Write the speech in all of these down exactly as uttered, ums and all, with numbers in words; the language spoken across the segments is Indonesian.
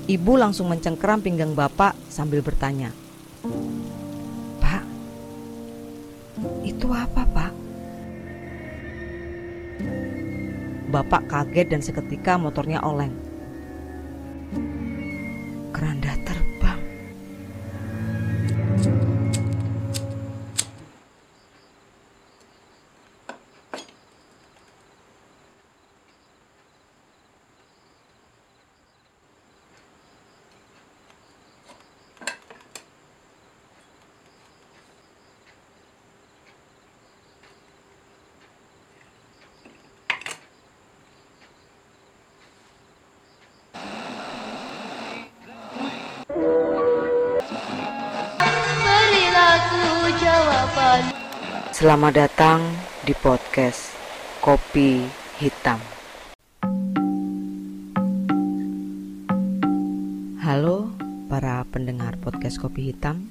Ibu langsung mencengkeram pinggang bapak sambil bertanya, "Pak, itu apa, Pak?" Bapak kaget dan seketika motornya oleng. Keranda terbang. Selamat datang di podcast Kopi Hitam. Halo para pendengar podcast Kopi Hitam.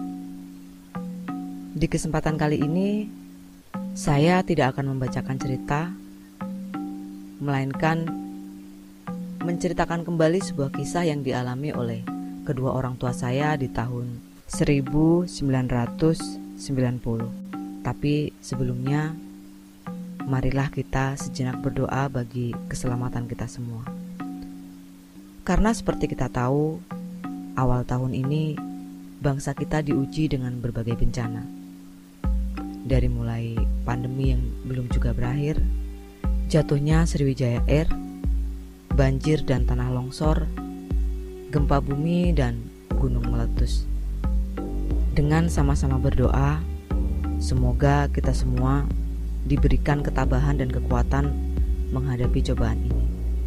Di kesempatan kali ini saya tidak akan membacakan cerita, melainkan menceritakan kembali sebuah kisah yang dialami oleh kedua orang tua saya di tahun seribu sembilan ratus sembilan puluh. Tapi sebelumnya, marilah kita sejenak berdoa bagi keselamatan kita semua. Karena seperti kita tahu, awal tahun ini bangsa kita diuji dengan berbagai bencana. Dari mulai pandemi yang belum juga berakhir, jatuhnya Sriwijaya Air, banjir dan tanah longsor, gempa bumi dan gunung meletus. Dengan sama-sama berdoa, semoga kita semua diberikan ketabahan dan kekuatan menghadapi cobaan ini.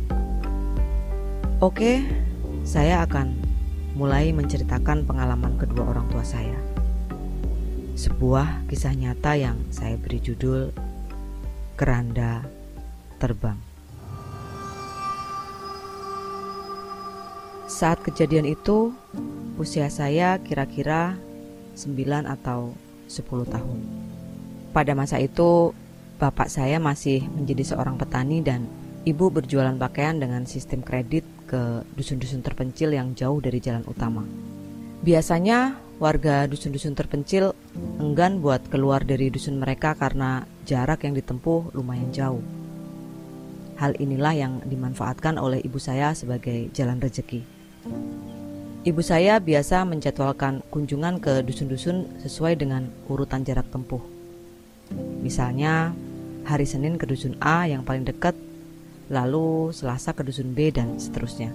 Oke, saya akan mulai menceritakan pengalaman kedua orang tua saya. Sebuah kisah nyata yang saya beri judul Keranda Terbang. Saat kejadian itu, usia saya kira-kira sembilan atau sepuluh tahun. Pada masa itu, bapak saya masih menjadi seorang petani dan ibu berjualan pakaian dengan sistem kredit ke dusun-dusun terpencil yang jauh dari jalan utama. Biasanya warga dusun-dusun terpencil enggan buat keluar dari dusun mereka karena jarak yang ditempuh lumayan jauh. Hal inilah yang dimanfaatkan oleh ibu saya sebagai jalan rezeki. Ibu saya biasa menjadwalkan kunjungan ke dusun-dusun sesuai dengan urutan jarak tempuh. Misalnya, hari Senin ke dusun A yang paling dekat, lalu Selasa ke dusun B dan seterusnya.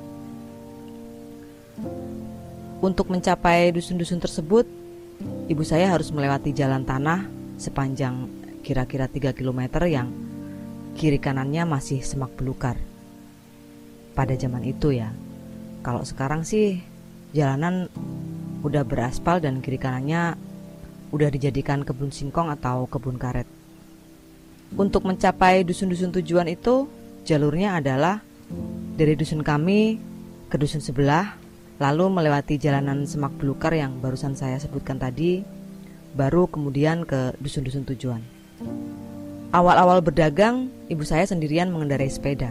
Untuk mencapai dusun-dusun tersebut, ibu saya harus melewati jalan tanah sepanjang kira-kira tiga kilometer yang kiri kanannya masih semak belukar. Pada zaman itu ya. Kalau sekarang sih jalanan udah beraspal dan kiri kanannya udah dijadikan kebun singkong atau kebun karet. Untuk mencapai dusun-dusun tujuan itu, jalurnya adalah dari dusun kami ke dusun sebelah, lalu melewati jalanan semak belukar yang barusan saya sebutkan tadi, baru kemudian ke dusun-dusun tujuan. Awal-awal berdagang, ibu saya sendirian mengendarai sepeda.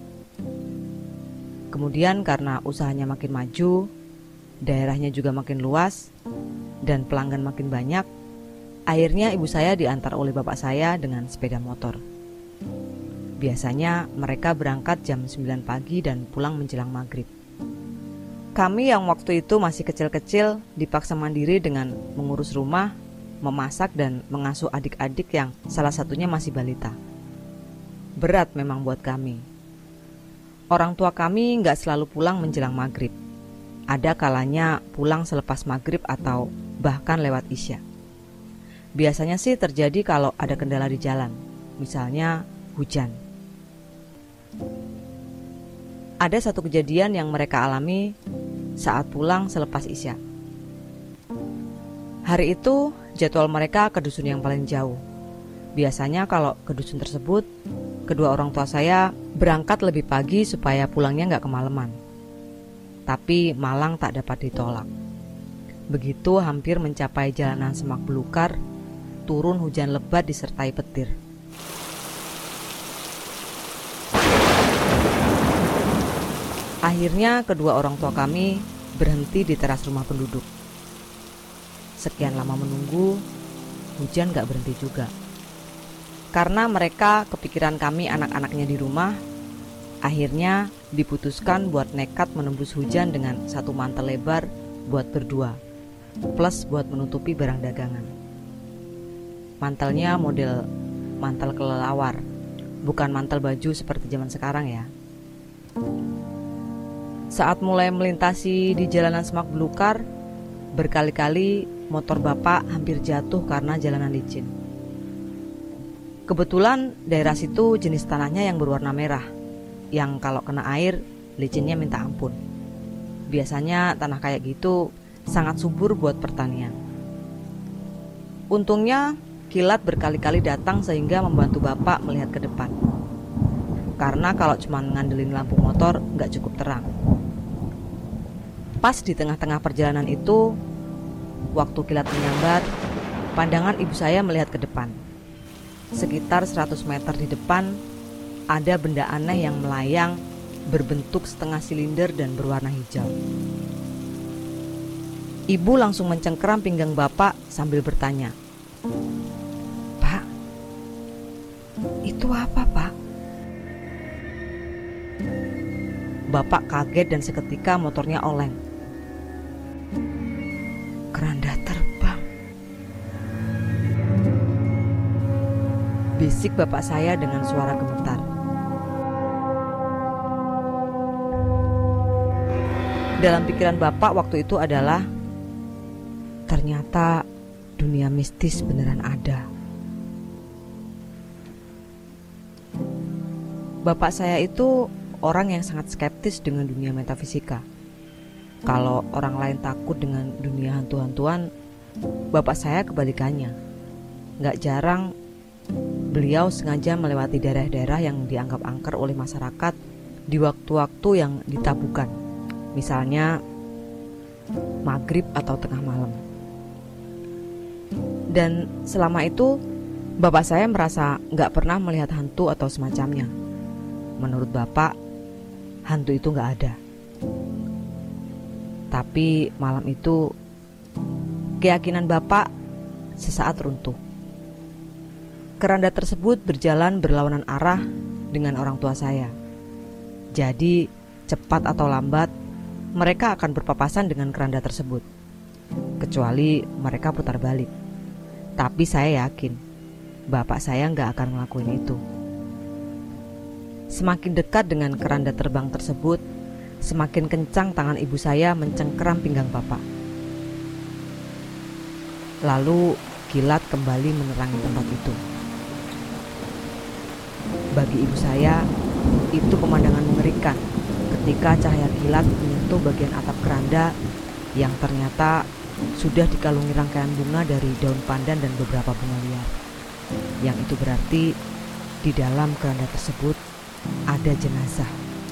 Kemudian karena usahanya makin maju, daerahnya juga makin luas, dan pelanggan makin banyak, akhirnya ibu saya diantar oleh bapak saya dengan sepeda motor. Biasanya mereka berangkat jam sembilan pagi dan pulang menjelang maghrib. Kami yang waktu itu masih kecil-kecil dipaksa mandiri dengan mengurus rumah, memasak dan mengasuh adik-adik yang salah satunya masih balita. Berat memang buat kami. Orang tua kami nggak selalu pulang menjelang maghrib. Ada kalanya pulang selepas maghrib atau bahkan lewat isya. Biasanya sih terjadi kalau ada kendala di jalan, misalnya hujan. Ada satu kejadian yang mereka alami saat pulang selepas isya. Hari itu jadwal mereka ke dusun yang paling jauh. Biasanya kalau ke dusun tersebut, kedua orang tua saya berangkat lebih pagi supaya pulangnya nggak kemalaman. Tapi malang tak dapat ditolak. Begitu hampir mencapai jalanan semak belukar, turun hujan lebat disertai petir. Akhirnya kedua orang tua kami berhenti di teras rumah penduduk. Sekian lama menunggu, hujan gak berhenti juga. Karena mereka kepikiran kami anak-anaknya di rumah, akhirnya diputuskan buat nekat menembus hujan dengan satu mantel lebar buat berdua, plus buat menutupi barang dagangan. Mantelnya model mantel kelelawar, bukan mantel baju seperti zaman sekarang ya. Saat mulai melintasi di jalanan semak belukar, berkali-kali motor bapak hampir jatuh karena jalanan licin. Kebetulan daerah situ jenis tanahnya yang berwarna merah, yang kalau kena air licinnya minta ampun. Biasanya tanah kayak gitu sangat subur buat pertanian. Untungnya kilat berkali-kali datang sehingga membantu bapak melihat ke depan. Karena kalau cuma ngandelin lampu motor nggak cukup terang. Pas di tengah-tengah perjalanan itu, waktu kilat menyambar, pandangan ibu saya melihat ke depan. Sekitar seratus meter di depan, ada benda aneh yang melayang berbentuk setengah silinder dan berwarna hijau. Ibu langsung mencengkeram pinggang bapak sambil bertanya, "Pak, itu apa, Pak?" Bapak kaget dan seketika motornya oleng. "Keranda terbang," bisik bapak saya dengan suara gemetar. Dalam pikiran bapak waktu itu adalah, ternyata dunia mistis beneran ada. Bapak saya itu orang yang sangat skeptis dengan dunia metafisika. Kalau orang lain takut dengan dunia hantu-hantuan, bapak saya kebalikannya. Gak jarang beliau sengaja melewati daerah-daerah yang dianggap angker oleh masyarakat di waktu-waktu yang ditabukan. Misalnya maghrib atau tengah malam. Dan selama itu bapak saya merasa gak pernah melihat hantu atau semacamnya. Menurut bapak, hantu itu gak ada. Tapi malam itu keyakinan bapak sesaat runtuh. Keranda tersebut berjalan berlawanan arah dengan orang tua saya. Jadi cepat atau lambat mereka akan berpapasan dengan keranda tersebut, kecuali mereka putar balik. Tapi saya yakin bapak saya gak akan ngelakuin itu. Semakin dekat dengan keranda terbang tersebut, semakin kencang tangan ibu saya mencengkeram pinggang bapak. Lalu kilat kembali menerangi tempat itu. Bagi ibu saya, itu pemandangan mengerikan ketika cahaya kilat menyentuh bagian atap keranda yang ternyata sudah dikalungi rangkaian bunga dari daun pandan dan beberapa bunga liar. Yang itu berarti di dalam keranda tersebut ada jenazah.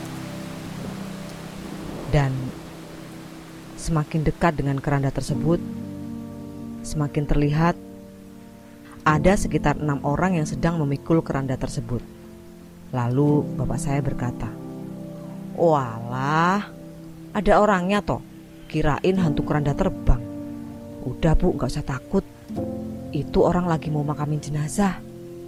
Dan semakin dekat dengan keranda tersebut, semakin terlihat ada sekitar enam orang yang sedang memikul keranda tersebut. Lalu bapak saya berkata, "Walah, ada orangnya toh, kirain hantu keranda terbang. Udah bu, gak usah takut, itu orang lagi mau makamin jenazah."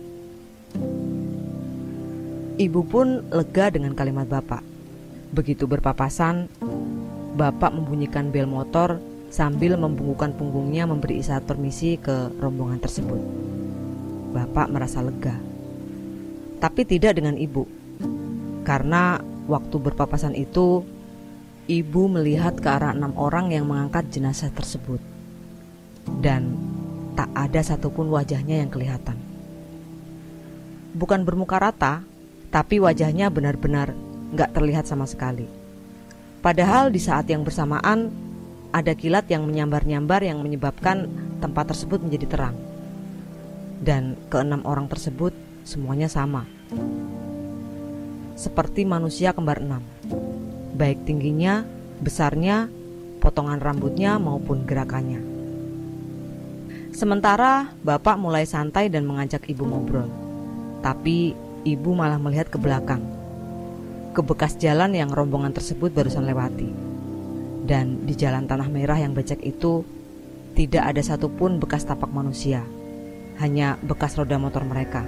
Ibu pun lega dengan kalimat bapak. Begitu berpapasan, bapak membunyikan bel motor sambil membungkukkan punggungnya memberi isyarat permisi ke rombongan tersebut. Bapak merasa lega. Tapi tidak dengan ibu. Karena waktu berpapasan itu, ibu melihat ke arah enam orang yang mengangkat jenazah tersebut. Dan tak ada satupun wajahnya yang kelihatan. Bukan bermuka rata, tapi wajahnya benar-benar gak terlihat sama sekali. Padahal di saat yang bersamaan ada kilat yang menyambar-nyambar yang menyebabkan tempat tersebut menjadi terang. Dan keenam orang tersebut semuanya sama, seperti manusia kembar enam, baik tingginya, besarnya, potongan rambutnya maupun gerakannya. Sementara bapak mulai santai dan mengajak ibu ngobrol, tapi ibu malah melihat ke belakang, ke bekas jalan yang rombongan tersebut barusan lewati. Dan di jalan tanah merah yang becek itu tidak ada satupun bekas tapak manusia, hanya bekas roda motor mereka.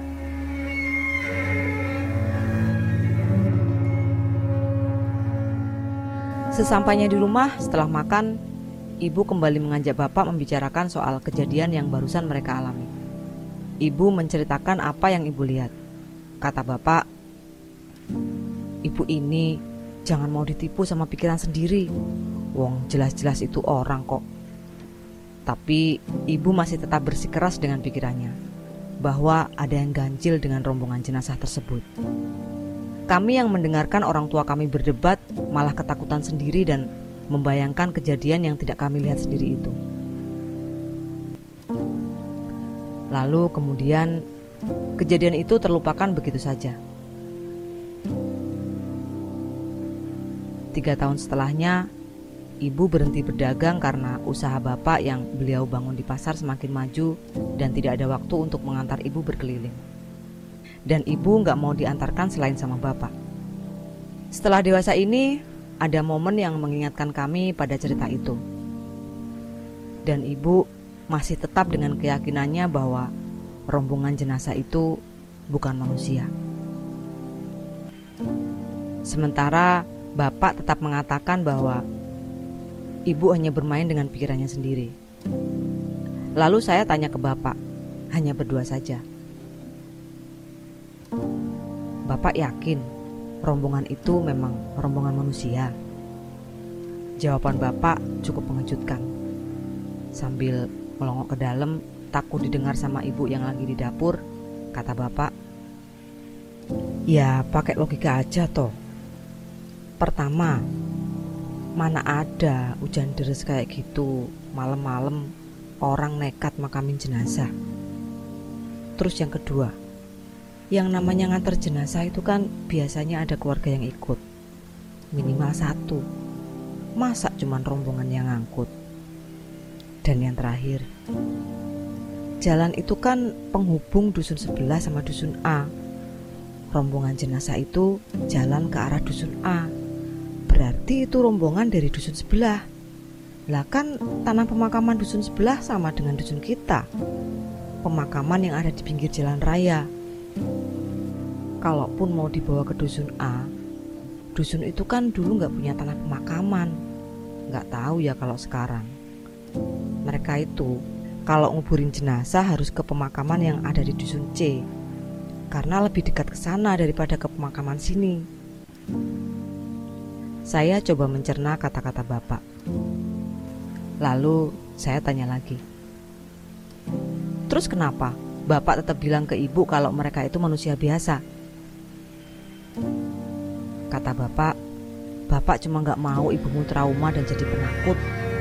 Sesampainya di rumah setelah makan, ibu kembali mengajak bapak membicarakan soal kejadian yang barusan mereka alami. Ibu menceritakan apa yang ibu lihat. Kata bapak, "Ibu ini jangan mau ditipu sama pikiran sendiri. Wong jelas-jelas itu orang kok." Tapi ibu masih tetap bersikeras dengan pikirannya bahwa ada yang ganjil dengan rombongan jenazah tersebut. Kami yang mendengarkan orang tua kami berdebat malah ketakutan sendiri dan membayangkan kejadian yang tidak kami lihat sendiri itu. Lalu kemudian kejadian itu terlupakan begitu saja. Tiga tahun setelahnya, ibu berhenti berdagang karena usaha bapak yang beliau bangun di pasar semakin maju dan tidak ada waktu untuk mengantar ibu berkeliling. Dan ibu gak mau diantarkan selain sama bapak. Setelah dewasa ini, ada momen yang mengingatkan kami pada cerita itu. Dan ibu masih tetap dengan keyakinannya bahwa rombongan jenazah itu bukan manusia. Sementara bapak tetap mengatakan bahwa ibu hanya bermain dengan pikirannya sendiri. Lalu saya tanya ke bapak, hanya berdua saja. "Bapak yakin rombongan itu memang rombongan manusia?" Jawaban bapak cukup mengejutkan. Sambil melongok ke dalam, takut didengar sama ibu yang lagi di dapur, kata bapak, "Ya pakai logika aja toh. Pertama, mana ada hujan deres kayak gitu malam-malam orang nekat makamin jenazah. Terus yang kedua, yang namanya nganter jenazah itu kan biasanya ada keluarga yang ikut, minimal satu. Masa cuman rombongan yang ngangkut? Dan yang terakhir, jalan itu kan penghubung dusun sebelah sama dusun A. Rombongan jenazah itu jalan ke arah dusun A. Berarti itu rombongan dari dusun sebelah. Lah kan tanah pemakaman dusun sebelah sama dengan dusun kita. Pemakaman yang ada di pinggir jalan raya. Kalaupun mau dibawa ke dusun A, dusun itu kan dulu gak punya tanah pemakaman. Gak tahu ya kalau sekarang. Mereka itu kalau nguburin jenazah harus ke pemakaman yang ada di dusun C, karena lebih dekat ke sana daripada ke pemakaman sini. Saya coba mencerna kata-kata bapak. Lalu saya tanya lagi, "Terus kenapa bapak tetap bilang ke ibu kalau mereka itu manusia biasa?" Kata bapak, "Bapak cuma gak mau ibumu trauma dan jadi penakut."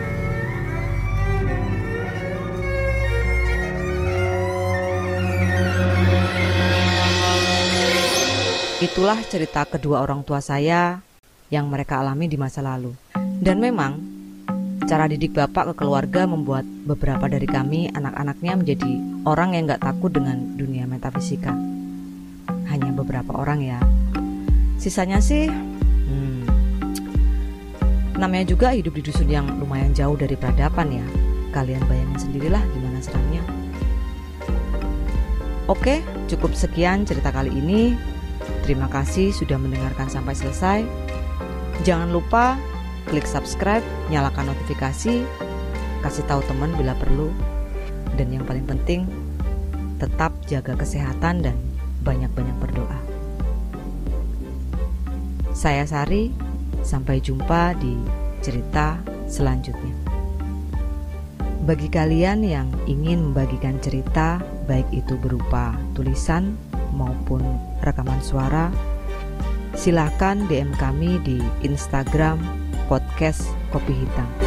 Itulah cerita kedua orang tua saya yang mereka alami di masa lalu. Dan memang cara didik bapak ke keluarga membuat beberapa dari kami, anak-anaknya, menjadi orang yang gak takut dengan dunia metafisika. Hanya beberapa orang ya. Sisanya sih hmm, namanya juga hidup di dusun yang lumayan jauh dari peradaban ya. Kalian bayangin sendirilah gimana seramnya. Oke, cukup sekian cerita kali ini. Terima kasih sudah mendengarkan sampai selesai. Jangan lupa klik subscribe, nyalakan notifikasi, kasih tahu teman bila perlu. Dan yang paling penting, tetap jaga kesehatan dan banyak-banyak berdoa. Saya Sari, sampai jumpa di cerita selanjutnya. Bagi kalian yang ingin membagikan cerita, baik itu berupa tulisan maupun rekaman suara, silakan D M kami di Instagram podcast Kopi Hitam.